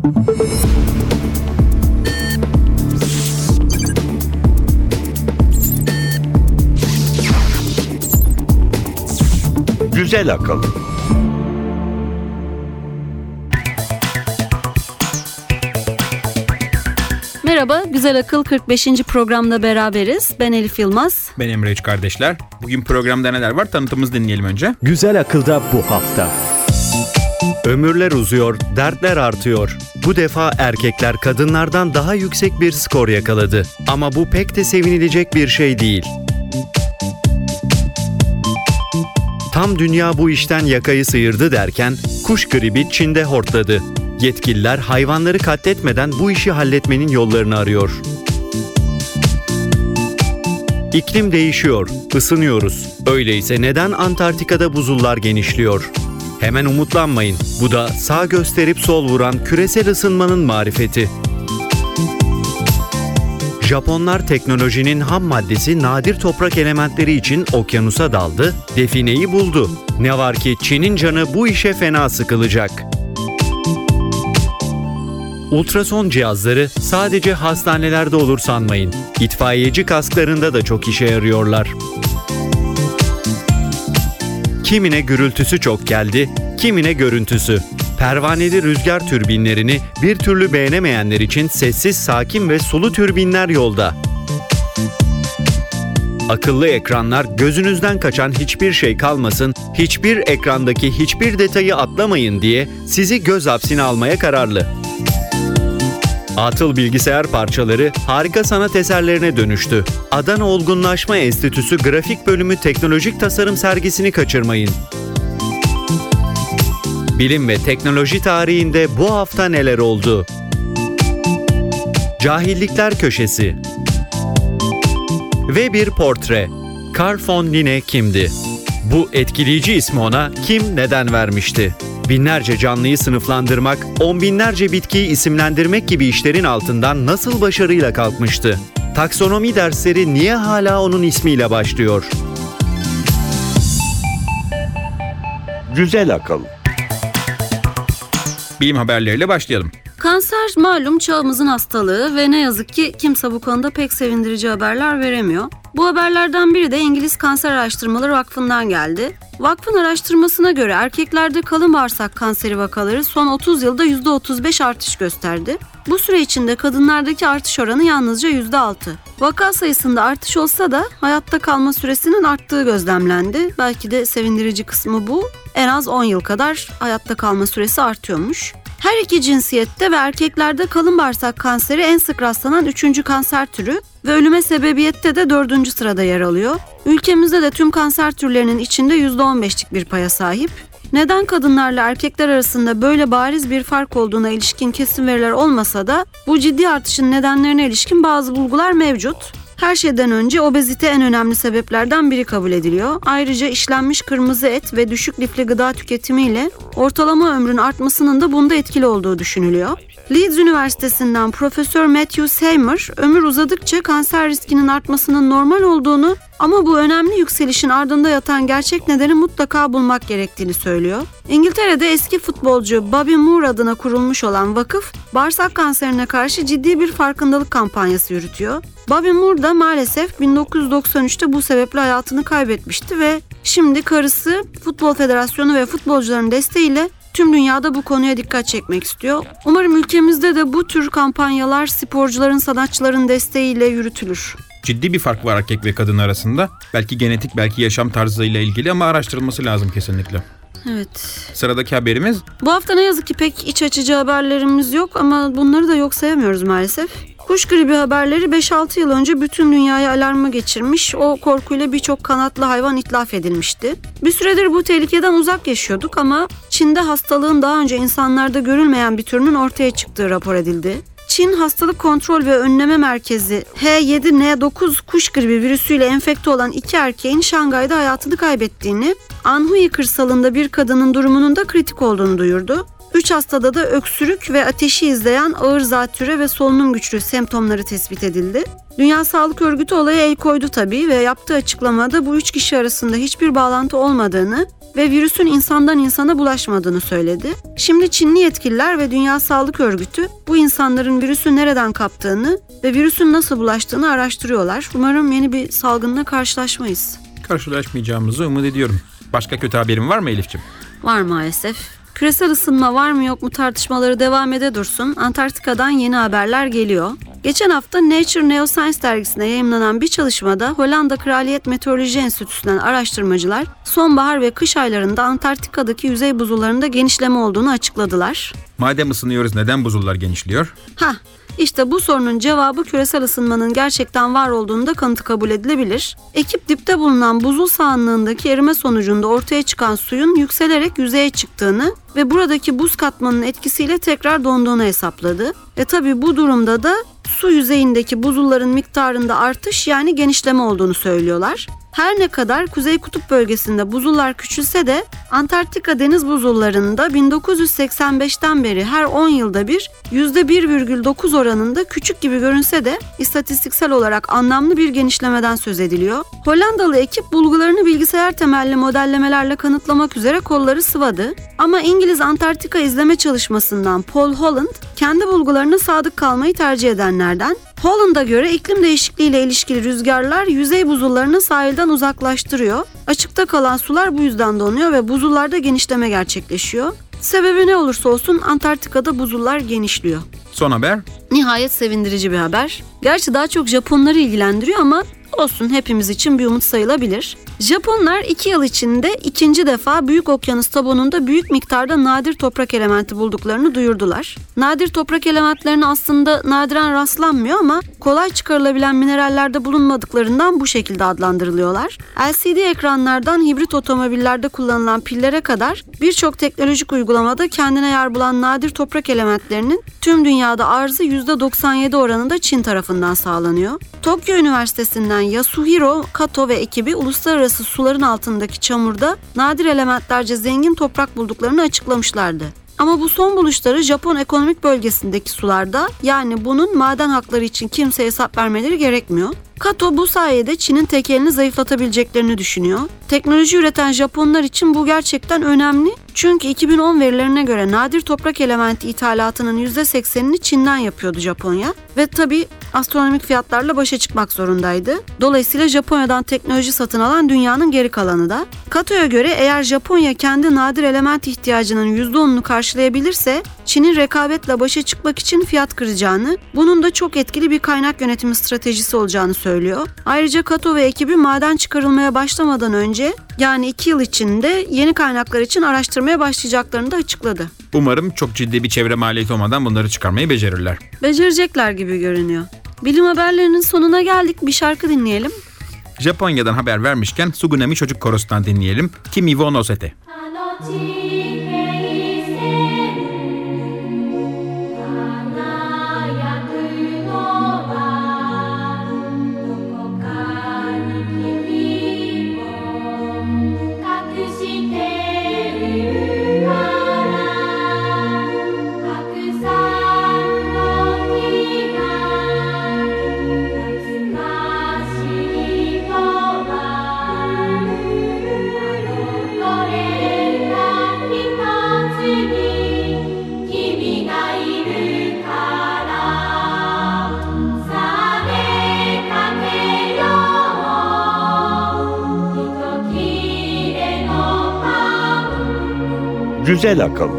Güzel akıl. Merhaba, Güzel Akıl 45. programda beraberiz. Ben Elif Yılmaz. Ben Emre Üç kardeşler. Bugün programda neler var? Tanıtımımızı dinleyelim önce. Güzel Akıl'da bu hafta. Ömürler uzuyor, dertler artıyor. Bu defa erkekler kadınlardan daha yüksek bir skor yakaladı. Ama bu pek de sevinilecek bir şey değil. Tam dünya bu işten yakayı sıyırdı derken kuş gribi Çin'de hortladı. Yetkililer hayvanları katletmeden bu işi halletmenin yollarını arıyor. İklim değişiyor, ısınıyoruz. Öyleyse neden Antarktika'da buzullar genişliyor? Hemen umutlanmayın. Bu da sağ gösterip sol vuran küresel ısınmanın marifeti. Japonlar teknolojinin ham maddesi nadir toprak elementleri için okyanusa daldı, defineyi buldu. Ne var ki Çin'in canı bu işe fena sıkılacak. Ultrason cihazları sadece hastanelerde olur sanmayın. İtfaiyeci kasklarında da çok işe yarıyorlar. Kimine gürültüsü çok geldi, kimine görüntüsü. Pervaneli rüzgar türbinlerini bir türlü beğenemeyenler için sessiz, sakin ve sulu türbinler yolda. Akıllı ekranlar gözünüzden kaçan hiçbir şey kalmasın, hiçbir ekrandaki hiçbir detayı atlamayın diye sizi göz hapsine almaya kararlı. Atıl bilgisayar parçaları harika sanat eserlerine dönüştü. Adana Olgunlaşma Enstitüsü Grafik Bölümü Teknolojik Tasarım sergisini kaçırmayın. Bilim ve teknoloji tarihinde bu hafta neler oldu? Cahillikler Köşesi ve bir portre. Carl von Linné kimdi? Bu etkileyici ismi ona kim neden vermişti? Binlerce canlıyı sınıflandırmak, on binlerce bitkiyi isimlendirmek gibi işlerin altından nasıl başarıyla kalkmıştı? Taksonomi dersleri niye hala onun ismiyle başlıyor? Güzel akıl. Bilim haberleriyle başlayalım. Kanser malum çağımızın hastalığı ve ne yazık ki kimse bu konuda pek sevindirici haberler veremiyor. Bu haberlerden biri de İngiliz Kanser Araştırmaları Vakfı'ndan geldi. Vakfın araştırmasına göre erkeklerde kalın bağırsak kanseri vakaları son 30 yılda %35 artış gösterdi. Bu süre içinde kadınlardaki artış oranı yalnızca %6. Vaka sayısında artış olsa da hayatta kalma süresinin arttığı gözlemlendi. Belki de sevindirici kısmı bu. En az 10 yıl kadar hayatta kalma süresi artıyormuş. Her iki cinsiyette ve erkeklerde kalın bağırsak kanseri en sık rastlanan 3. kanser türü ve ölüme sebebiyette de 4. sırada yer alıyor. Ülkemizde de tüm kanser türlerinin içinde %15'lik bir paya sahip. Neden kadınlarla erkekler arasında böyle bariz bir fark olduğuna ilişkin kesin veriler olmasa da bu ciddi artışın nedenlerine ilişkin bazı bulgular mevcut. Her şeyden önce obezite en önemli sebeplerden biri kabul ediliyor. Ayrıca işlenmiş kırmızı et ve düşük lifli gıda tüketimiyle ortalama ömrün artmasının da bunda etkili olduğu düşünülüyor. Leeds Üniversitesi'nden Profesör Matthew Seymour, ömür uzadıkça kanser riskinin artmasının normal olduğunu ama bu önemli yükselişin ardında yatan gerçek nedeni mutlaka bulmak gerektiğini söylüyor. İngiltere'de eski futbolcu Bobby Moore adına kurulmuş olan vakıf, bağırsak kanserine karşı ciddi bir farkındalık kampanyası yürütüyor. Bobby Moore da maalesef 1993'te bu sebeple hayatını kaybetmişti ve şimdi karısı Futbol Federasyonu ve futbolcuların desteğiyle tüm dünyada bu konuya dikkat çekmek istiyor. Umarım ülkemizde de bu tür kampanyalar sporcuların, sanatçıların desteğiyle yürütülür. Ciddi bir fark var erkek ve kadın arasında. Belki genetik, belki yaşam tarzıyla ilgili ama araştırılması lazım kesinlikle. Evet. Sıradaki haberimiz? Bu hafta ne yazık ki pek iç açıcı haberlerimiz yok ama bunları da yok sayamıyoruz maalesef. Kuş gribi haberleri 5-6 yıl önce bütün dünyayı alarma geçirmiş, o korkuyla birçok kanatlı hayvan itlaf edilmişti. Bir süredir bu tehlikeden uzak yaşıyorduk ama Çin'de hastalığın daha önce insanlarda görülmeyen bir türünün ortaya çıktığı rapor edildi. Çin Hastalık Kontrol ve Önleme Merkezi H7N9 kuş gribi virüsüyle enfekte olan 2 erkeğin Şangay'da hayatını kaybettiğini, Anhui kırsalında bir kadının durumunun da kritik olduğunu duyurdu. 3 hastada da öksürük ve ateşi izleyen ağır zatürre ve solunum güçlüğü semptomları tespit edildi. Dünya Sağlık Örgütü olaya el koydu tabii ve yaptığı açıklamada bu 3 kişi arasında hiçbir bağlantı olmadığını ve virüsün insandan insana bulaşmadığını söyledi. Şimdi Çinli yetkililer ve Dünya Sağlık Örgütü bu insanların virüsü nereden kaptığını ve virüsün nasıl bulaştığını araştırıyorlar. Umarım yeni bir salgınla karşılaşmayız. Karşılaşmayacağımızı umut ediyorum. Başka kötü haberin var mı Elif'ciğim? Var maalesef. Küresel ısınma var mı yok mu tartışmaları devam ede dursun. Antarktika'dan yeni haberler geliyor. Geçen hafta Nature Neoscience dergisine yayımlanan bir çalışmada Hollanda Kraliyet Meteoroloji Enstitüsü'nden araştırmacılar sonbahar ve kış aylarında Antarktika'daki yüzey buzullarında genişleme olduğunu açıkladılar. Madem ısınıyoruz neden buzullar genişliyor? İşte bu sorunun cevabı küresel ısınmanın gerçekten var olduğunda kanıtı kabul edilebilir. Ekip dipte bulunan buzul sahanlığındaki erime sonucunda ortaya çıkan suyun yükselerek yüzeye çıktığını ve buradaki buz katmanının etkisiyle tekrar donduğunu hesapladı. Tabii bu durumda da su yüzeyindeki buzulların miktarında artış yani genişleme olduğunu söylüyorlar. Her ne kadar Kuzey Kutup bölgesinde buzullar küçülse de Antarktika deniz buzullarında 1985'ten beri her 10 yılda bir %1,9 oranında küçük gibi görünse de istatistiksel olarak anlamlı bir genişlemeden söz ediliyor. Hollandalı ekip bulgularını bilgisayar temelli modellemelerle kanıtlamak üzere kolları sıvadı. Ama İngiliz Antarktika izleme çalışmasından Paul Holland kendi bulgularına sadık kalmayı tercih edenlerden. Holland'a göre iklim değişikliğiyle ilişkili rüzgarlar yüzey buzullarını sahilden uzaklaştırıyor. Açıkta kalan sular bu yüzden donuyor ve buzullarda genişleme gerçekleşiyor. Sebebi ne olursa olsun Antarktika'da buzullar genişliyor. Son haber? Nihayet sevindirici bir haber. Gerçi daha çok Japonları ilgilendiriyor ama olsun, hepimiz için bir umut sayılabilir. Japonlar 2 yıl içinde ikinci defa Büyük Okyanus tabanında büyük miktarda nadir toprak elementi bulduklarını duyurdular. Nadir toprak elementlerine aslında nadiren rastlanmıyor ama kolay çıkarılabilen minerallerde bulunmadıklarından bu şekilde adlandırılıyorlar. LCD ekranlardan hibrit otomobillerde kullanılan pillere kadar birçok teknolojik uygulamada kendine yer bulan nadir toprak elementlerinin tüm dünyada arzı %97 oranında Çin tarafından sağlanıyor. Tokyo Üniversitesi'nden Yasuhiro Kato ve ekibi uluslararası suların altındaki çamurda nadir elementlerce zengin toprak bulduklarını açıklamışlardı. Ama bu son buluşları Japon ekonomik bölgesindeki sularda, yani bunun maden hakları için kimseye hesap vermeleri gerekmiyor. Kato bu sayede Çin'in tekelini zayıflatabileceklerini düşünüyor. Teknoloji üreten Japonlar için bu gerçekten önemli. Çünkü 2010 verilerine göre nadir toprak elementi ithalatının %80'ini Çin'den yapıyordu Japonya. Ve tabii astronomik fiyatlarla başa çıkmak zorundaydı. Dolayısıyla Japonya'dan teknoloji satın alan dünyanın geri kalanı da. Kato'ya göre eğer Japonya kendi nadir element ihtiyacının %10'unu karşılayabilirse Çin'in rekabetle başa çıkmak için fiyat kıracağını, bunun da çok etkili bir kaynak yönetimi stratejisi olacağını söylüyor. Ayrıca Kato ve ekibi maden çıkarılmaya başlamadan önce, yani 2 yıl içinde yeni kaynaklar için araştırmaya başlayacaklarını da açıkladı. Umarım çok ciddi bir çevre maliyeti olmadan bunları çıkarmayı becerirler. Becerecekler gibi görünüyor. Bilim haberlerinin sonuna geldik. Bir şarkı dinleyelim. Japonya'dan haber vermişken Sugunami Çocuk Korosu'ndan dinleyelim. Kimi wo nosete. Güzel akıl.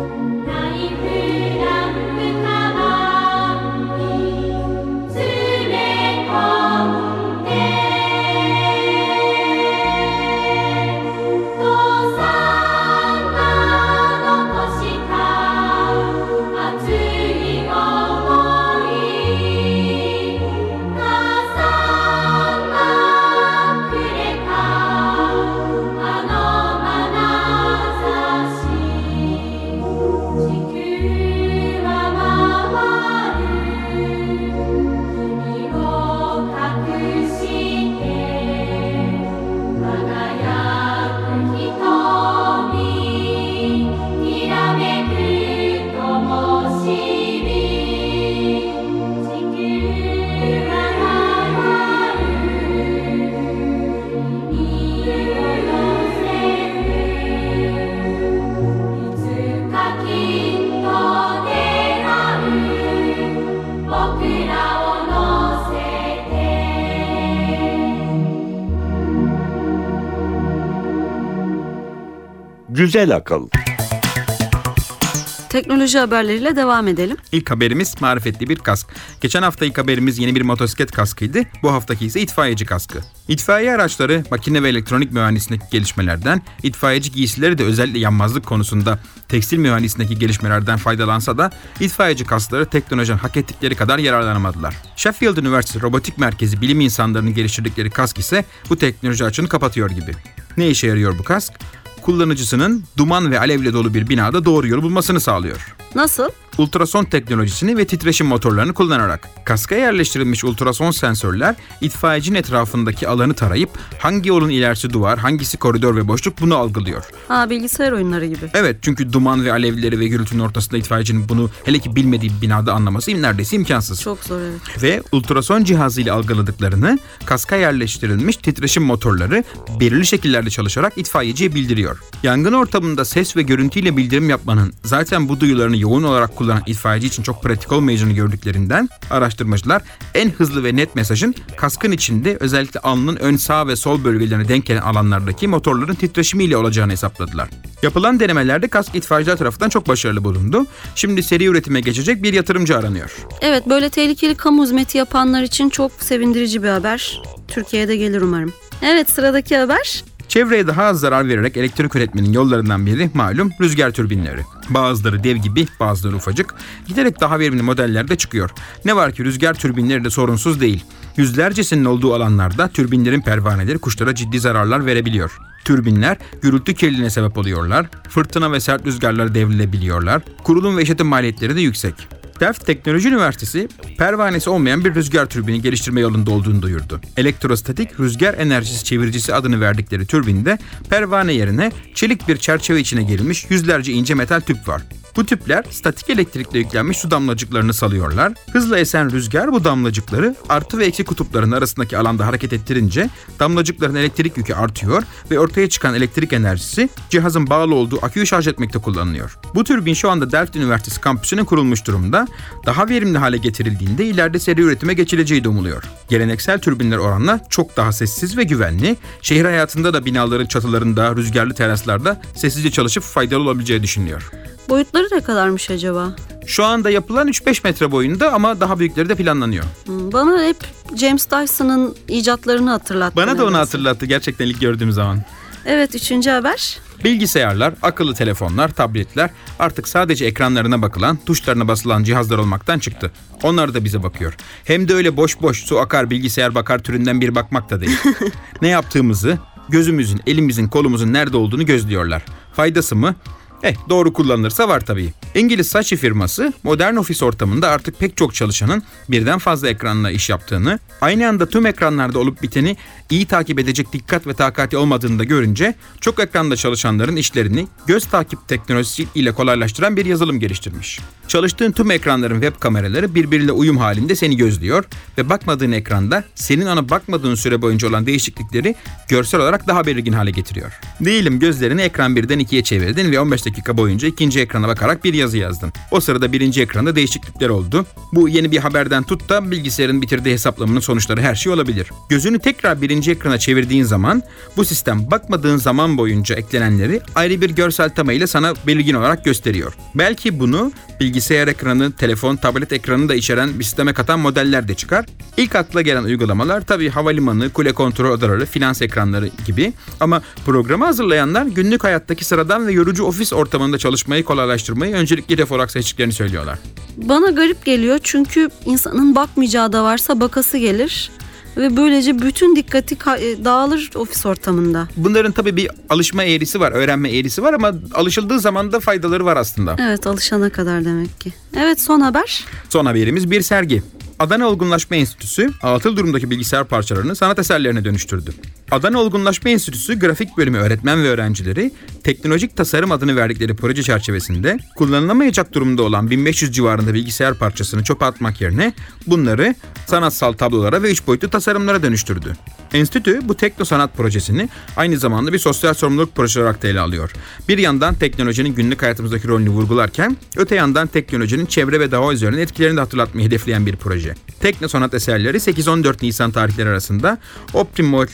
Güzel akıl. Teknoloji haberleriyle devam edelim. İlk haberimiz marifetli bir kask. Geçen hafta ilk haberimiz yeni bir motosiklet kaskıydı. Bu haftaki ise itfaiyeci kaskı. İtfaiye araçları, makine ve elektronik mühendisliğindeki gelişmelerden, itfaiyeci giysileri de özellikle yanmazlık konusunda tekstil mühendisliğindeki gelişmelerden faydalansa da itfaiyeci kaskları teknolojiden hak ettikleri kadar yararlanamadılar. Sheffield Üniversitesi Robotik Merkezi bilim insanlarının geliştirdikleri kask ise bu teknoloji açığını kapatıyor gibi. Ne işe yarıyor bu kask? Kullanıcısının duman ve alevle dolu bir binada doğru yolu bulmasını sağlıyor. Nasıl? Ultrason teknolojisini ve titreşim motorlarını kullanarak kaska yerleştirilmiş ultrason sensörler itfaiyecinin etrafındaki alanı tarayıp hangi yolun ilerisi duvar, hangisi koridor ve boşluk bunu algılıyor. Bilgisayar oyunları gibi. Evet, çünkü duman ve alevleri ve gürültünün ortasında itfaiyecinin bunu hele ki bilmediği bir binada anlaması neredeyse imkansız. Çok zor, evet. Ve ultrason cihazıyla algıladıklarını kaska yerleştirilmiş titreşim motorları belirli şekillerde çalışarak itfaiyeciye bildiriyor. Yangın ortamında ses ve görüntüyle bildirim yapmanın zaten bu duyularını yoğun olarak kullanan itfaiyeci için çok pratik olmayacağını gördüklerinden araştırmacılar en hızlı ve net mesajın kaskın içinde özellikle alnının ön sağ ve sol bölgelerine denk gelen alanlardaki motorların titreşimiyle olacağını hesapladılar. Yapılan denemelerde kask itfaiyeciler tarafından çok başarılı bulundu. Şimdi seri üretime geçecek bir yatırımcı aranıyor. Evet, böyle tehlikeli kamu hizmeti yapanlar için çok sevindirici bir haber. Türkiye'de gelir umarım. Evet, sıradaki haber. Çevreye daha az zarar vererek elektrik üretmenin yollarından biri malum rüzgar türbinleri. Bazıları dev gibi, bazıları ufacık. Giderek daha verimli modeller de çıkıyor. Ne var ki rüzgar türbinleri de sorunsuz değil. Yüzlercesinin olduğu alanlarda türbinlerin pervaneleri kuşlara ciddi zararlar verebiliyor. Türbinler gürültü kirliliğine sebep oluyorlar. Fırtına ve sert rüzgarlara devrilebiliyorlar. Kurulum ve işletim maliyetleri de yüksek. Delft Teknoloji Üniversitesi pervanesi olmayan bir rüzgar türbini geliştirme yolunda olduğunu duyurdu. Elektrostatik rüzgar enerjisi çeviricisi adını verdikleri türbinde pervane yerine çelik bir çerçeve içine girilmiş yüzlerce ince metal tüp var. Bu tüpler statik elektrikle yüklenmiş su damlacıklarını salıyorlar. Hızla esen rüzgar bu damlacıkları artı ve eksi kutupların arasındaki alanda hareket ettirince damlacıkların elektrik yükü artıyor ve ortaya çıkan elektrik enerjisi cihazın bağlı olduğu aküyü şarj etmekte kullanılıyor. Bu türbin şu anda Delft Üniversitesi kampüsüne kurulmuş durumda. Daha verimli hale getirildiğinde ileride seri üretime geçileceği de umuluyor. Geleneksel türbinler oranla çok daha sessiz ve güvenli. Şehir hayatında da binaların çatılarında, rüzgarlı teraslarda sessizce çalışıp faydalı olabileceği düşünülüyor. Boyutları ne kadarmış acaba? Şu anda yapılan 3-5 metre boyunda ama daha büyükleri de planlanıyor. Bana hep James Dyson'ın icatlarını hatırlattı. Bana da onu hatırlattı gerçekten ilk gördüğüm zaman. Evet, 3. haber. Bilgisayarlar, akıllı telefonlar, tabletler artık sadece ekranlarına bakılan, tuşlarına basılan cihazlar olmaktan çıktı. Onlar da bize bakıyor. Hem de öyle boş boş su akar bilgisayar bakar türünden bir bakmak da değil. Ne yaptığımızı, gözümüzün, elimizin, kolumuzun nerede olduğunu gözlüyorlar. Faydası mı? Doğru kullanılırsa var tabii. İngiliz Saatchi firması modern ofis ortamında artık pek çok çalışanın birden fazla ekranla iş yaptığını, aynı anda tüm ekranlarda olup biteni iyi takip edecek dikkat ve takati olmadığını da görünce çok ekranda çalışanların işlerini göz takip teknolojisi ile kolaylaştıran bir yazılım geliştirmiş. Çalıştığın tüm ekranların web kameraları birbiriyle uyum halinde seni gözlüyor ve bakmadığın ekranda senin ona bakmadığın süre boyunca olan değişiklikleri görsel olarak daha belirgin hale getiriyor. Diyelim gözlerini ekran 1'den 2'ye çevirdin ve 15 dakika boyunca ikinci ekrana bakarak bir yazı yazdın. O sırada birinci ekranda değişiklikler oldu. Bu yeni bir haberden tut da bilgisayarın bitirdiği hesaplamanın sonuçları her şey olabilir. Gözünü tekrar birinci ekrana çevirdiğin zaman bu sistem bakmadığın zaman boyunca eklenenleri ayrı bir görsel tema ile sana belirgin olarak gösteriyor. Belki bunu bilgisayar ekranı, telefon, tablet ekranını da içeren bir sisteme katan modeller de çıkar. İlk akla gelen uygulamalar tabii havalimanı, kule kontrol odaları, finans ekranları gibi. Ama programı hazırlayanlar günlük hayattaki sıradan ve yorucu ofis ortamında çalışmayı kolaylaştırmayı öncelikli hedef olarak seçtiklerini söylüyorlar. Bana garip geliyor çünkü insanın bakmayacağı da varsa bakası gelir ve böylece bütün dikkati dağılır ofis ortamında. Bunların tabii bir alışma eğrisi var, öğrenme eğrisi var ama alışıldığı zaman da faydaları var aslında. Evet, alışana kadar demek ki. Evet, son haber. Son haberimiz bir sergi. Adana Olgunlaşma Enstitüsü, atıl durumdaki bilgisayar parçalarını sanat eserlerine dönüştürdü. Adana Olgunlaşma Enstitüsü, grafik bölümü öğretmen ve öğrencileri, teknolojik tasarım adını verdikleri proje çerçevesinde kullanılamayacak durumda olan 1500 civarında bilgisayar parçasını çöpe atmak yerine bunları sanatsal tablolara ve 3 boyutlu tasarımlara dönüştürdü. Enstitü bu tekno sanat projesini aynı zamanda bir sosyal sorumluluk projesi olarak da ele alıyor. Bir yandan teknolojinin günlük hayatımızdaki rolünü vurgularken öte yandan teknolojinin çevre ve doğa üzerine etkilerini de hatırlatmayı hedefleyen bir proje. Tekno sanat eserleri 8-14 Nisan tarihleri arasında Optimum Outlet Adana'nın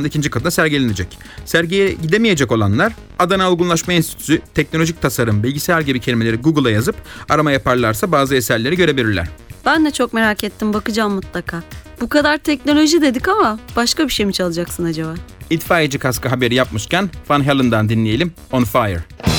anda 2. katında sergilenecek. Sergiye gidemeyecek olanlar Adana Olgunlaşma Enstitüsü Teknolojik Tasarım Bilgisayar gibi kelimeleri Google'a yazıp arama yaparlarsa bazı eserleri görebilirler. Ben de çok merak ettim, bakacağım mutlaka. Bu kadar teknoloji dedik ama başka bir şey mi çalacaksın acaba? İtfaiyeci kaskı haberi yapmışken Van Halen'dan dinleyelim On Fire.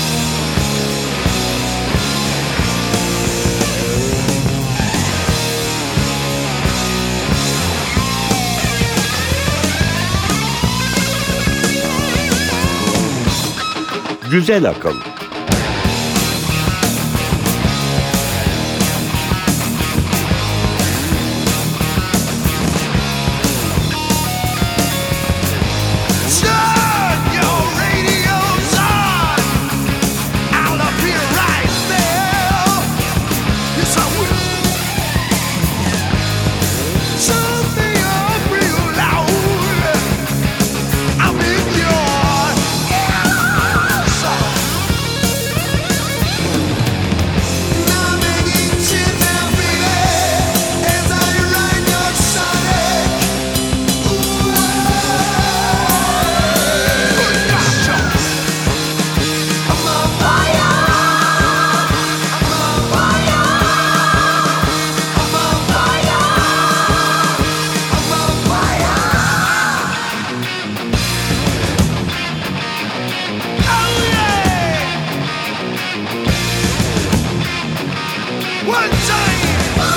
Güzel akıl. Turn your radios on. I'll appear right there. Yes, I will. Turn me up real loud. I'm in your ears. Now making shit every day as I ride your sonic. One time!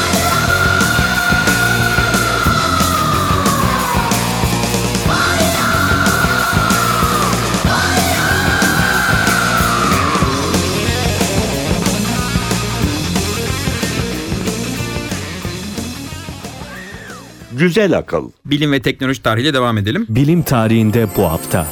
Güzel akıl. Bilim ve teknoloji tarihiyle devam edelim. Bilim tarihinde bu hafta.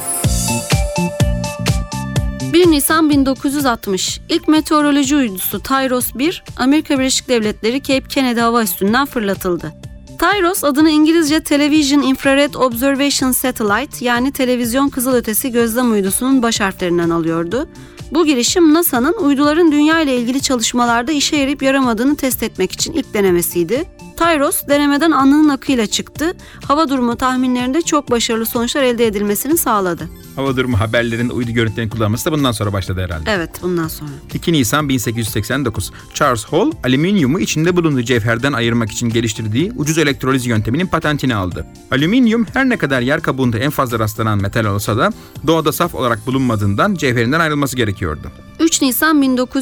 1 Nisan 1960, ilk meteoroloji uydusu Tyros 1, Amerika Birleşik Devletleri Cape Kennedy hava üssünden fırlatıldı. Tyros adını İngilizce Television Infrared Observation Satellite yani televizyon kızılötesi gözlem uydusunun baş harflerinden alıyordu. Bu girişim NASA'nın uyduların dünya ile ilgili çalışmalarda işe yarayıp yaramadığını test etmek için ilk denemesiydi. Tyros denemeden alnının akıyla çıktı. Hava durumu tahminlerinde çok başarılı sonuçlar elde edilmesini sağladı. Hava durumu haberlerinde uydu görüntülerini kullanması da bundan sonra başladı herhalde. Evet, bundan sonra. 2 Nisan 1889, Charles Hall, alüminyumu içinde bulunduğu cevherden ayırmak için geliştirdiği ucuz elektroliz yönteminin patentini aldı. Alüminyum her ne kadar yer kabuğunda en fazla rastlanan metal olsa da doğada saf olarak bulunmadığından cevherinden ayrılması gerekiyordu. 3 Nisan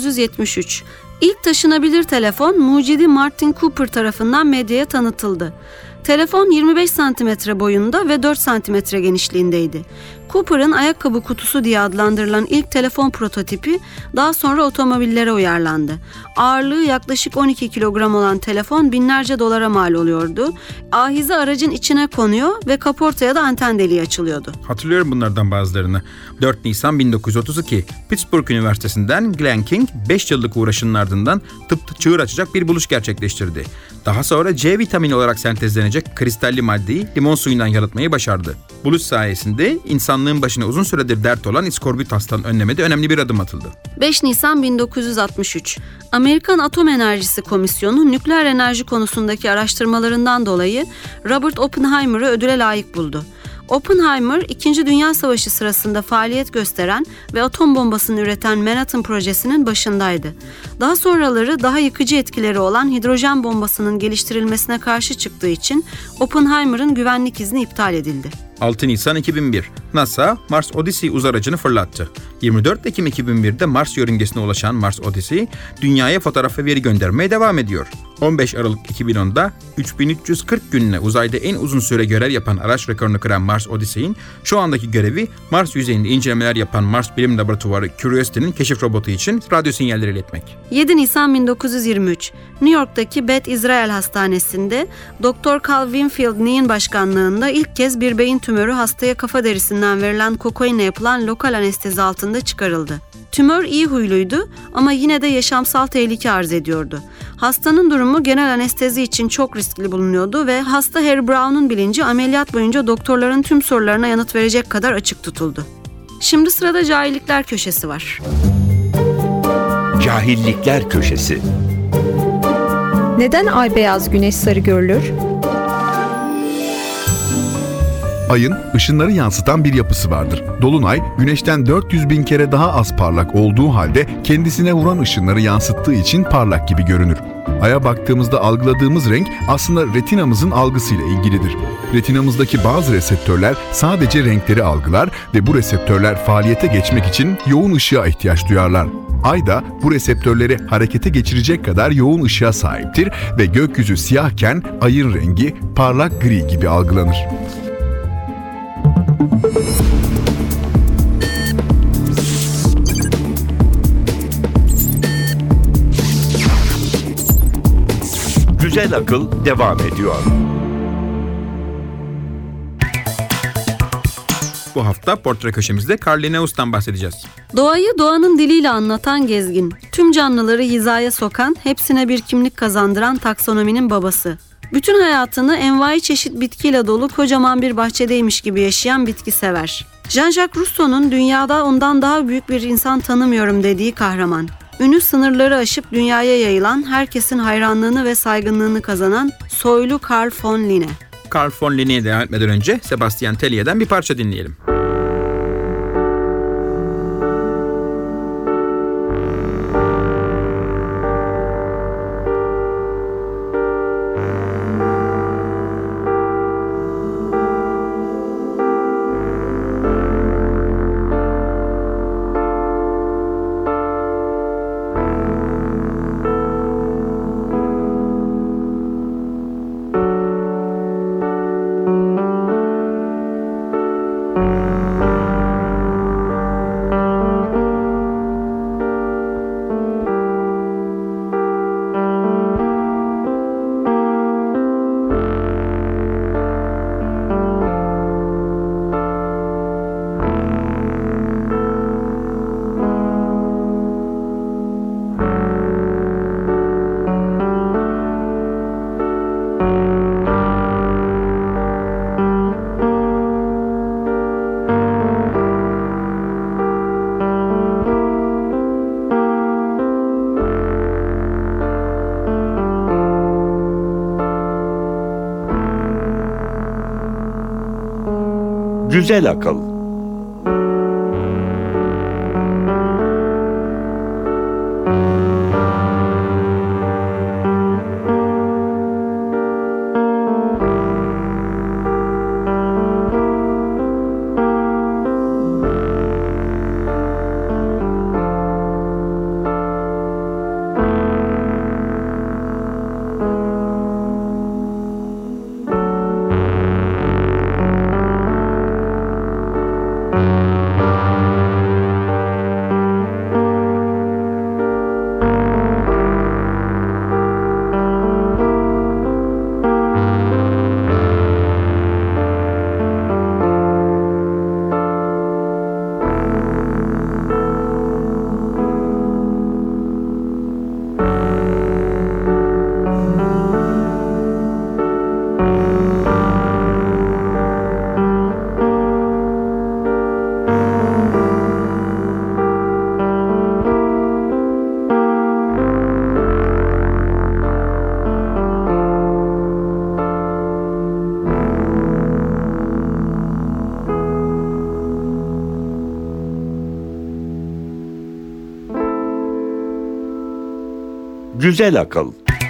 1973, ilk taşınabilir telefon mucidi Martin Cooper tarafından medyaya tanıtıldı. Telefon 25 cm boyunda ve 4 cm genişliğindeydi. Cooper'ın ayakkabı kutusu diye adlandırılan ilk telefon prototipi daha sonra otomobillere uyarlandı. Ağırlığı yaklaşık 12 kilogram olan telefon binlerce dolara mal oluyordu. Ahize aracın içine konuyor ve kaportaya da anten deliği açılıyordu. Hatırlıyorum bunlardan bazılarını. 4 Nisan 1932, Pittsburgh Üniversitesi'nden Glenn King 5 yıllık uğraşının ardından tıpta çığır açacak bir buluş gerçekleştirdi. Daha sonra C vitamini olarak sentezlenecek kristalli maddeyi limon suyundan yaratmayı başardı. Buluş sayesinde insanlığın başına uzun süredir dert olan iskorbüt hastalığını önlemede önemli bir adım atıldı. 5 Nisan 1963, Amerikan Atom Enerjisi Komisyonu nükleer enerji konusundaki araştırmalarından dolayı Robert Oppenheimer'ı ödüle layık buldu. Oppenheimer, 2. Dünya Savaşı sırasında faaliyet gösteren ve atom bombasını üreten Manhattan projesinin başındaydı. Daha sonraları daha yıkıcı etkileri olan hidrojen bombasının geliştirilmesine karşı çıktığı için Oppenheimer'ın güvenlik izni iptal edildi. 6 Nisan 2001, NASA Mars Odyssey uzay aracını fırlattı. 24 Ekim 2001'de Mars yörüngesine ulaşan Mars Odyssey, dünyaya fotoğraf ve veri göndermeye devam ediyor. 15 Aralık 2010'da 3340 günle uzayda en uzun süre görev yapan araç rekorunu kıran Mars Odyssey'in şu andaki görevi Mars yüzeyinde incelemeler yapan Mars Bilim Laboratuvarı Curiosity'nin keşif robotu için radyo sinyalleri iletmek. 7 Nisan 1923, New York'taki Beth Israel Hastanesi'nde Dr. Carl Winfield Nee'in başkanlığında ilk kez bir beyin tümörü hastaya kafa derisinden verilen kokainle yapılan lokal anestezi altında çıkarıldı. Tümör iyi huyluydu ama yine de yaşamsal tehlike arz ediyordu. Hastanın durumu genel anestezi için çok riskli bulunuyordu ve hasta Harry Brown'un bilinci ameliyat boyunca doktorların tüm sorularına yanıt verecek kadar açık tutuldu. Şimdi sırada cahillikler köşesi var. Cahillikler köşesi. Neden ay beyaz güneş sarı görülür? Ayın ışınları yansıtan bir yapısı vardır. Dolunay, güneşten 400 bin kere daha az parlak olduğu halde kendisine vuran ışınları yansıttığı için parlak gibi görünür. Ay'a baktığımızda algıladığımız renk aslında retinamızın algısıyla ilgilidir. Retinamızdaki bazı reseptörler sadece renkleri algılar ve bu reseptörler faaliyete geçmek için yoğun ışığa ihtiyaç duyarlar. Ay da bu reseptörleri harekete geçirecek kadar yoğun ışığa sahiptir ve gökyüzü siyahken ayın rengi parlak gri gibi algılanır. Güzel akıl devam ediyor. Bu hafta portre köşemizde Carl Linnaeus'tan bahsedeceğiz. Doğayı doğanın diliyle anlatan gezgin, tüm canlıları hizaya sokan, hepsine bir kimlik kazandıran taksonominin babası. Bütün hayatını envai çeşit bitkiyle dolu kocaman bir bahçedeymiş gibi yaşayan bitkisever. Jean-Jacques Rousseau'nun dünyada ondan daha büyük bir insan tanımıyorum dediği kahraman. Ünü sınırları aşıp dünyaya yayılan, herkesin hayranlığını ve saygınlığını kazanan soylu Carl von Linné. Carl von Linné'ye devam etmeden önce Sebastian Tellier'den bir parça dinleyelim. Güzel akıl. Güzel akıl.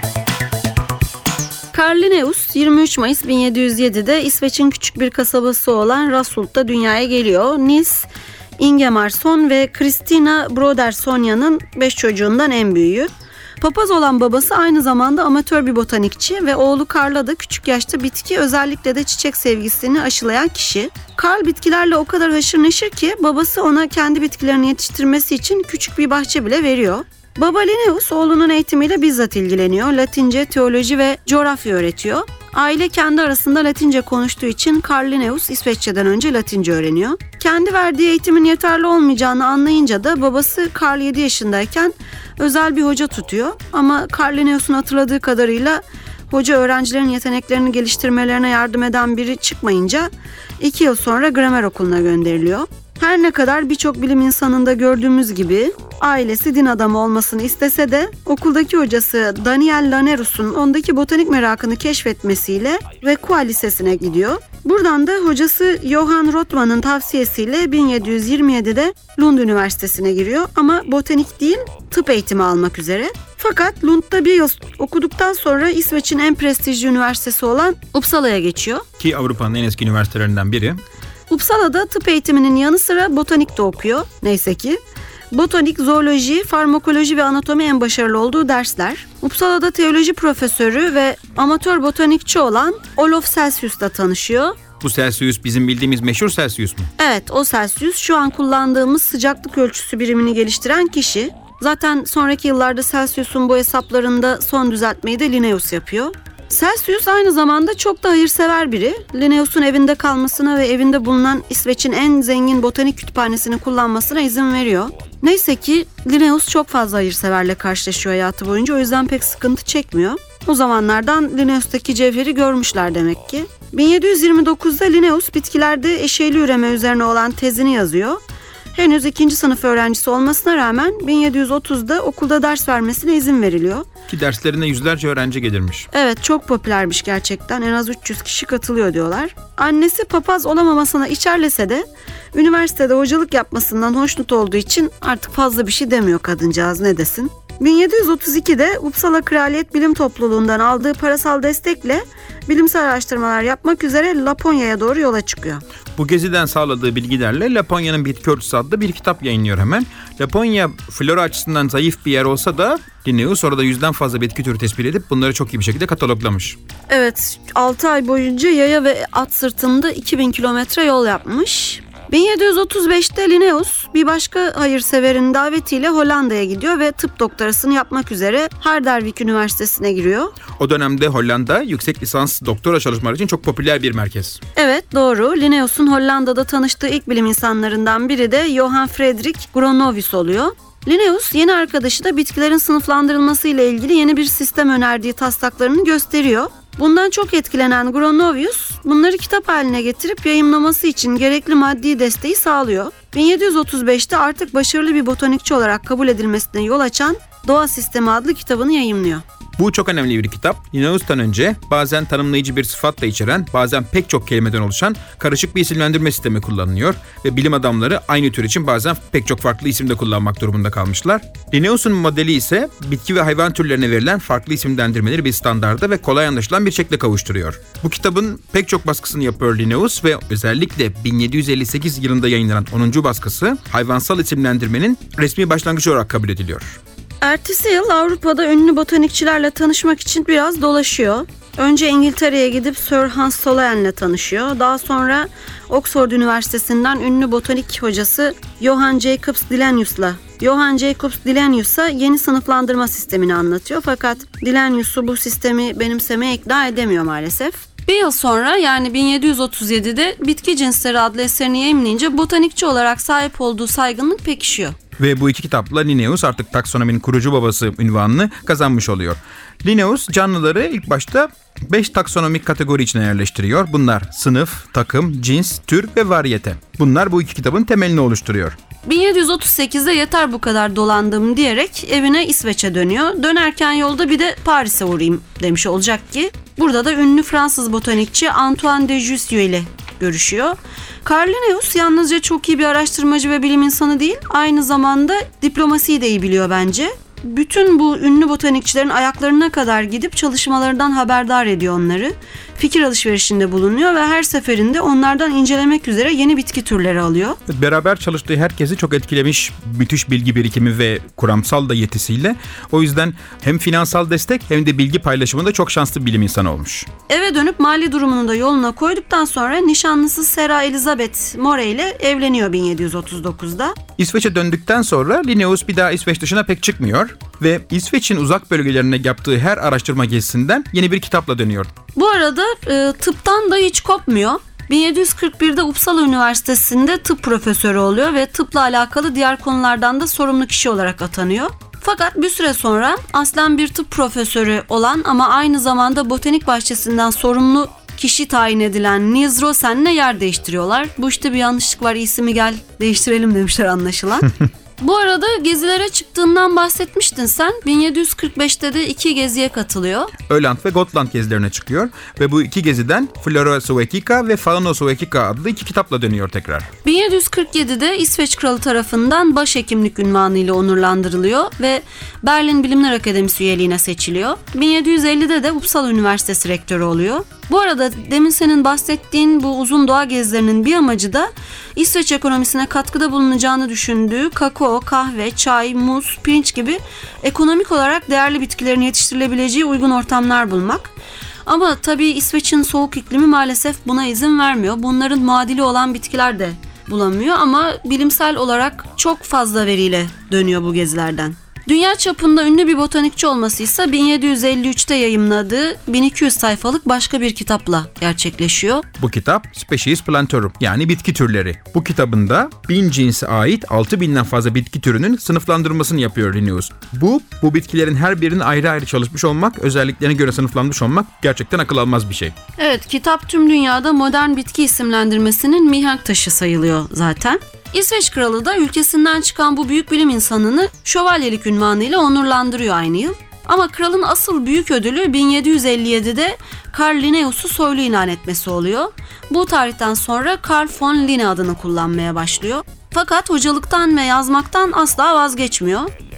Carl Linnaeus 23 Mayıs 1707'de İsveç'in küçük bir kasabası olan Rassult'ta dünyaya geliyor. Nils Ingemarsson ve Kristina Brodersonia'nın 5 çocuğundan en büyüğü. Papaz olan babası aynı zamanda amatör bir botanikçi ve oğlu Carl'a da küçük yaşta bitki, özellikle de çiçek sevgisini aşılayan kişi. Carl bitkilerle o kadar haşır neşir ki babası ona kendi bitkilerini yetiştirmesi için küçük bir bahçe bile veriyor. Baba Linnaeus oğlunun eğitimiyle bizzat ilgileniyor. Latince, teoloji ve coğrafya öğretiyor. Aile kendi arasında Latince konuştuğu için Carl Linnaeus İsveççeden önce Latince öğreniyor. Kendi verdiği eğitimin yeterli olmayacağını anlayınca da babası Carl 7 yaşındayken özel bir hoca tutuyor. Ama Carl Linnaeus'un hatırladığı kadarıyla hoca öğrencilerin yeteneklerini geliştirmelerine yardım eden biri çıkmayınca 2 yıl sonra gramer okuluna gönderiliyor. Her ne kadar birçok bilim insanında gördüğümüz gibi ailesi din adamı olmasını istese de okuldaki hocası Daniel Lanerus'un ondaki botanik merakını keşfetmesiyle Vekua Lisesi'ne gidiyor. Buradan da hocası Johann Rothmann'ın tavsiyesiyle 1727'de Lund Üniversitesi'ne giriyor ama botanik değil tıp eğitimi almak üzere. Fakat Lund'da bir yıl okuduktan sonra İsveç'in en prestijli üniversitesi olan Uppsala'ya geçiyor. Ki Avrupa'nın en eski üniversitelerinden biri. Uppsala'da tıp eğitiminin yanı sıra botanik de okuyor neyse ki. Botanik, zooloji, farmakoloji ve anatomi en başarılı olduğu dersler. Uppsala'da teoloji profesörü ve amatör botanikçi olan Olof Celsius'la tanışıyor. Bu Celsius bizim bildiğimiz meşhur Celsius mu? Evet, o Celsius şu an kullandığımız sıcaklık ölçüsü birimini geliştiren kişi. Zaten sonraki yıllarda Celsius'un bu hesaplarında son düzeltmeyi de Linnaeus yapıyor. Celsius aynı zamanda çok da hayırsever biri. Linnaeus'un evinde kalmasına ve evinde bulunan İsveç'in en zengin botanik kütüphanesini kullanmasına izin veriyor. Neyse ki Linnaeus çok fazla hayırseverle karşılaşıyor hayatı boyunca, o yüzden pek sıkıntı çekmiyor. O zamanlardan Linnaeus'taki cevheri görmüşler demek ki. 1729'da Linnaeus bitkilerde eşeyli üreme üzerine olan tezini yazıyor. Henüz 2. sınıf öğrencisi olmasına rağmen 1730'da okulda ders vermesine izin veriliyor. Ki derslerine yüzlerce öğrenci gelirmiş. Evet, çok popülermiş gerçekten. En az 300 kişi katılıyor diyorlar. Annesi papaz olamamasına içerlese de üniversitede hocalık yapmasından hoşnut olduğu için artık fazla bir şey demiyor kadıncağız, ne desin. 1732'de Uppsala Kraliyet Bilim Topluluğundan aldığı parasal destekle bilimsel araştırmalar yapmak üzere Laponya'ya doğru yola çıkıyor. Bu geziden sağladığı bilgilerle Laponya'nın bitki örtüsü adlı bir kitap yayınlıyor hemen. Laponya flora açısından zayıf bir yer olsa da Linnaeus orada 100'den fazla bitki türü tespit edip bunları çok iyi bir şekilde kataloglamış. Evet, 6 ay boyunca yaya ve at sırtında 2000 kilometre yol yapmış. 1735'te Linnaeus bir başka hayırseverin davetiyle Hollanda'ya gidiyor ve tıp doktorasını yapmak üzere Harderwijk Üniversitesi'ne giriyor. O dönemde Hollanda yüksek lisans doktora çalışmaları için çok popüler bir merkez. Evet, doğru. Linnaeus'un Hollanda'da tanıştığı ilk bilim insanlarından biri de Johann Friedrich Gronovius oluyor. Linnaeus yeni arkadaşı da bitkilerin sınıflandırılması ile ilgili yeni bir sistem önerdiği taslaklarını gösteriyor. Bundan çok etkilenen Gronovius bunları kitap haline getirip yayımlaması için gerekli maddi desteği sağlıyor. 1735'te artık başarılı bir botanikçi olarak kabul edilmesine yol açan Doğa Sistemi adlı kitabını yayımlıyor. Bu çok önemli bir kitap. Linnaeus'tan önce bazen tanımlayıcı bir sıfat da içeren, bazen pek çok kelimeden oluşan karışık bir isimlendirme sistemi kullanılıyor ve bilim adamları aynı tür için bazen pek çok farklı isim de kullanmak durumunda kalmışlar. Linnaeus'un modeli ise bitki ve hayvan türlerine verilen farklı isimlendirmeleri bir standarda ve kolay anlaşılan bir şekle kavuşturuyor. Bu kitabın pek çok baskısını yapıyor Linnaeus ve özellikle 1758 yılında yayınlanan 10. baskısı hayvansal isimlendirmenin resmi başlangıcı olarak kabul ediliyor. Ertesi yıl Avrupa'da ünlü botanikçilerle tanışmak için biraz dolaşıyor. Önce İngiltere'ye gidip Sir Hans Solaen'le tanışıyor. Daha sonra Oxford Üniversitesi'nden ünlü botanik hocası Johann Jacobs Dillenius'la. Johann Jacobs Dillenius'a yeni sınıflandırma sistemini anlatıyor. Fakat Dillenius'u bu sistemi benimsemeye ikna edemiyor maalesef. Bir yıl sonra yani 1737'de Bitki Cinsleri adlı eserini yayımlayınca botanikçi olarak sahip olduğu saygınlık pekişiyor. Ve bu iki kitapla Linnaeus artık taksonominin kurucu babası unvanını kazanmış oluyor. Linnaeus canlıları ilk başta 5 taksonomik kategori içine yerleştiriyor. Bunlar sınıf, takım, cins, tür ve varyete. Bunlar bu iki kitabın temelini oluşturuyor. 1738'de yeter bu kadar dolandım diyerek evine İsveç'e dönüyor. Dönerken yolda bir de Paris'e uğrayayım demiş olacak ki. Burada da ünlü Fransız botanikçi Antoine de Jussieu ile görüşüyor. Carl Linnaeus yalnızca çok iyi bir araştırmacı ve bilim insanı değil, aynı zamanda diplomasiyi de iyi biliyor bence. Bütün bu ünlü botanikçilerin ayaklarına kadar gidip çalışmalarından haberdar ediyor onları. Fikir alışverişinde bulunuyor ve her seferinde onlardan incelemek üzere yeni bitki türleri alıyor. Beraber çalıştığı herkesi çok etkilemiş müthiş bilgi birikimi ve kuramsal da yetisiyle. O yüzden hem finansal destek hem de bilgi paylaşımında çok şanslı bir bilim insanı olmuş. Eve dönüp mali durumunu da yoluna koyduktan sonra nişanlısı Sarah Elizabeth More ile evleniyor 1739'da. İsveç'e döndükten sonra Linnaeus bir daha İsveç dışına pek çıkmıyor ve İsveç'in uzak bölgelerine yaptığı her araştırma gezisinden yeni bir kitapla dönüyor. Bu arada tıptan da hiç kopmuyor. 1741'de Uppsala Üniversitesi'nde tıp profesörü oluyor ve tıpla alakalı diğer konulardan da sorumlu kişi olarak atanıyor. Fakat bir süre sonra aslen bir tıp profesörü olan ama aynı zamanda botanik bahçesinden sorumlu kişi tayin edilen Niels Rosen'le yer değiştiriyorlar. Bu işte bir yanlışlık var, ismi gel değiştirelim demişler anlaşılan. Bu arada gezilere çıktığından bahsetmiştin sen. 1745'te de 2 geziye katılıyor. Öland ve Gotland gezilerine çıkıyor ve bu 2 geziden Flora Suetica ve Fauno Suetica adlı 2 kitapla dönüyor tekrar. 1747'de İsveç Kralı tarafından başhekimlik unvanıyla onurlandırılıyor ve Berlin Bilimler Akademisi üyeliğine seçiliyor. 1750'de de Uppsala Üniversitesi rektörü oluyor. Bu arada demin senin bahsettiğin bu uzun doğa gezilerinin bir amacı da İsveç ekonomisine katkıda bulunacağını düşündüğü kakao, kahve, çay, muz, pirinç gibi ekonomik olarak değerli bitkilerin yetiştirilebileceği uygun ortamlar bulmak. Ama tabii İsveç'in soğuk iklimi maalesef buna izin vermiyor. Bunların muadili olan bitkiler de bulamıyor ama bilimsel olarak çok fazla veriyle dönüyor bu gezilerden. Dünya çapında ünlü bir botanikçi olması ise 1753'te yayımladığı 1200 sayfalık başka bir kitapla gerçekleşiyor. Bu kitap Species Plantorum yani bitki türleri. Bu kitabında 1000 cinse ait 6000'den fazla bitki türünün sınıflandırmasını yapıyor Linnaeus. Bu bitkilerin her birinin ayrı ayrı çalışmış olmak, özelliklerine göre sınıflanmış olmak gerçekten akıl almaz bir şey. Evet, kitap tüm dünyada modern bitki isimlendirmesinin mihenk taşı sayılıyor zaten. İsveç kralı da ülkesinden çıkan bu büyük bilim insanını şövalyelik unvanıyla onurlandırıyor aynı yıl. Ama kralın asıl büyük ödülü 1757'de Carl Linnaeus'u soylu ilan etmesi oluyor. Bu tarihten sonra Carl von Linne adını kullanmaya başlıyor. Fakat hocalıktan ve yazmaktan asla vazgeçmiyor.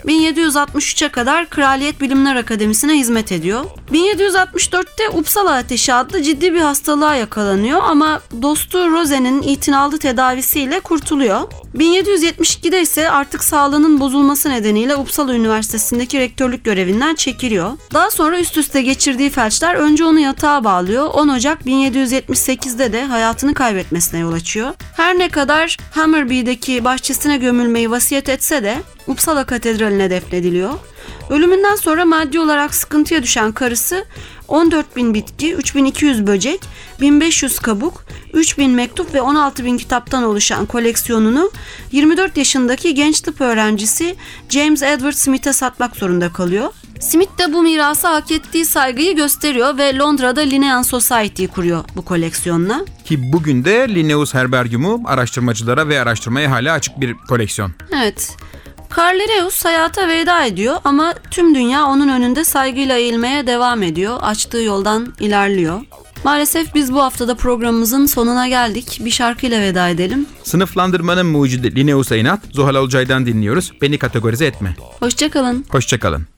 1763'e kadar Kraliyet Bilimler Akademisi'ne hizmet ediyor. 1764'te Uppsala ateşi adlı ciddi bir hastalığa yakalanıyor ama dostu Rosen'in itinalı tedavisiyle kurtuluyor. 1772'de ise artık sağlığının bozulması nedeniyle Uppsala Üniversitesi'ndeki rektörlük görevinden çekiliyor. Daha sonra üst üste geçirdiği felçler önce onu yatağa bağlıyor. 10 Ocak 1778'de de hayatını kaybetmesine yol açıyor. Her ne kadar Hammarby'deki bahçesine gömülmeyi vasiyet etse de Uppsala Katedrali'ne defnediliyor. Ölümünden sonra maddi olarak sıkıntıya düşen karısı 14.000 bitki, 3.200 böcek, 1.500 kabuk, 3.000 mektup ve 16.000 kitaptan oluşan koleksiyonunu 24 yaşındaki genç tıp öğrencisi James Edward Smith'e satmak zorunda kalıyor. Smith de bu mirasa hak ettiği saygıyı gösteriyor ve Londra'da Linnean Society'yi kuruyor bu koleksiyonla. Ki bugün de Linnaeus Herbaryumu araştırmacılara ve araştırmaya hala açık bir koleksiyon. Evet. Carl Linnaeus hayata veda ediyor ama tüm dünya onun önünde saygıyla eğilmeye devam ediyor. Açtığı yoldan ilerliyor. Maalesef biz bu haftada programımızın sonuna geldik. Bir şarkıyla veda edelim. Sınıflandırmanın mucidi Linnaeus'a inat, Zuhal Olcay'dan dinliyoruz. Beni kategorize etme. Hoşçakalın. Hoşçakalın.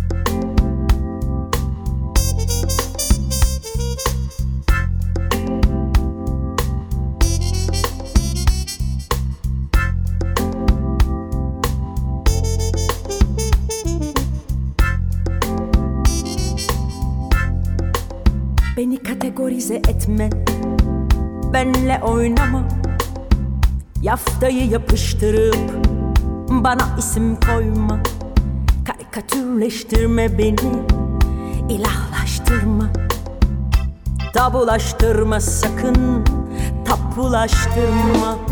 Beni kategorize etme, benle oynama. Yaftayı yapıştırıp bana isim koyma. Karikatürleştirme beni, ilahlaştırma. Tabulaştırma sakın, tapulaştırma.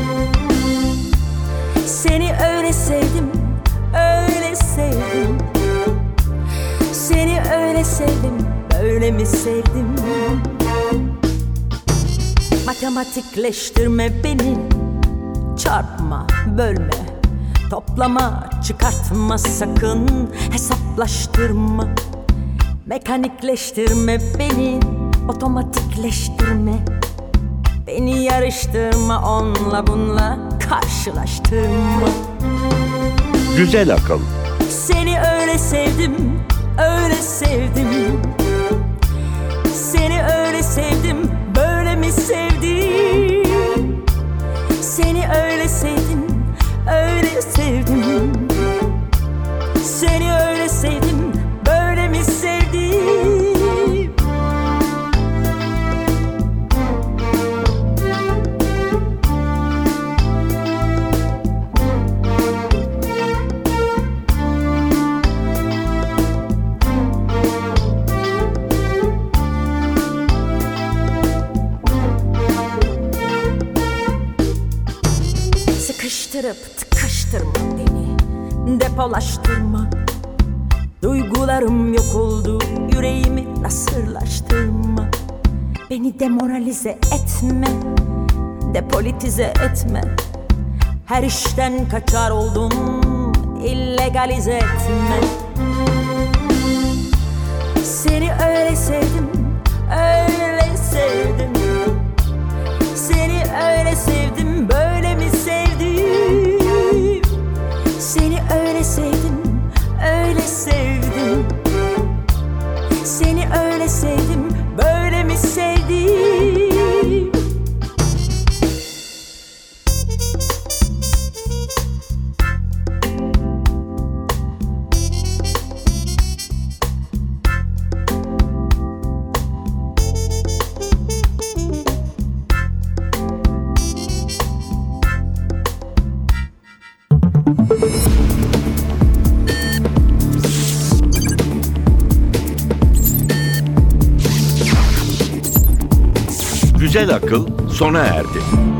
Seni öyle sevdim, öyle sevdim. Seni öyle sevdim, öyle mi sevdim? Matematikleştirme beni, çarpma, bölme, toplama, çıkartma sakın, hesaplaştırma. Mekanikleştirme beni, otomatikleştirme. Beni yarıştırma, onunla bununla karşılaştırma. Güzel akıl. Seni öyle sevdim, öyle sevdim. Seni öyle sevdim, böyle mi sevdim? Seni öyle sevdim, öyle sevdim. Seni öyle sevdim, böyle mi sevdim? Sıkıştırıp tıkıştırma beni, depolaştırma. Duygularım yok oldu, yüreğimi nasırlaştırma. Beni demoralize etme, depolitize etme. Her işten kaçar oldum, illegalize etme. Seni öyle sevdim, öyle sevdim. Seni öyle sevdim, böyle mi sevdim? Seni öyle sevdim, öyle sevdim. Seni öyle sevdim, böyle mi sevdim? Güzel akıl sona erdi.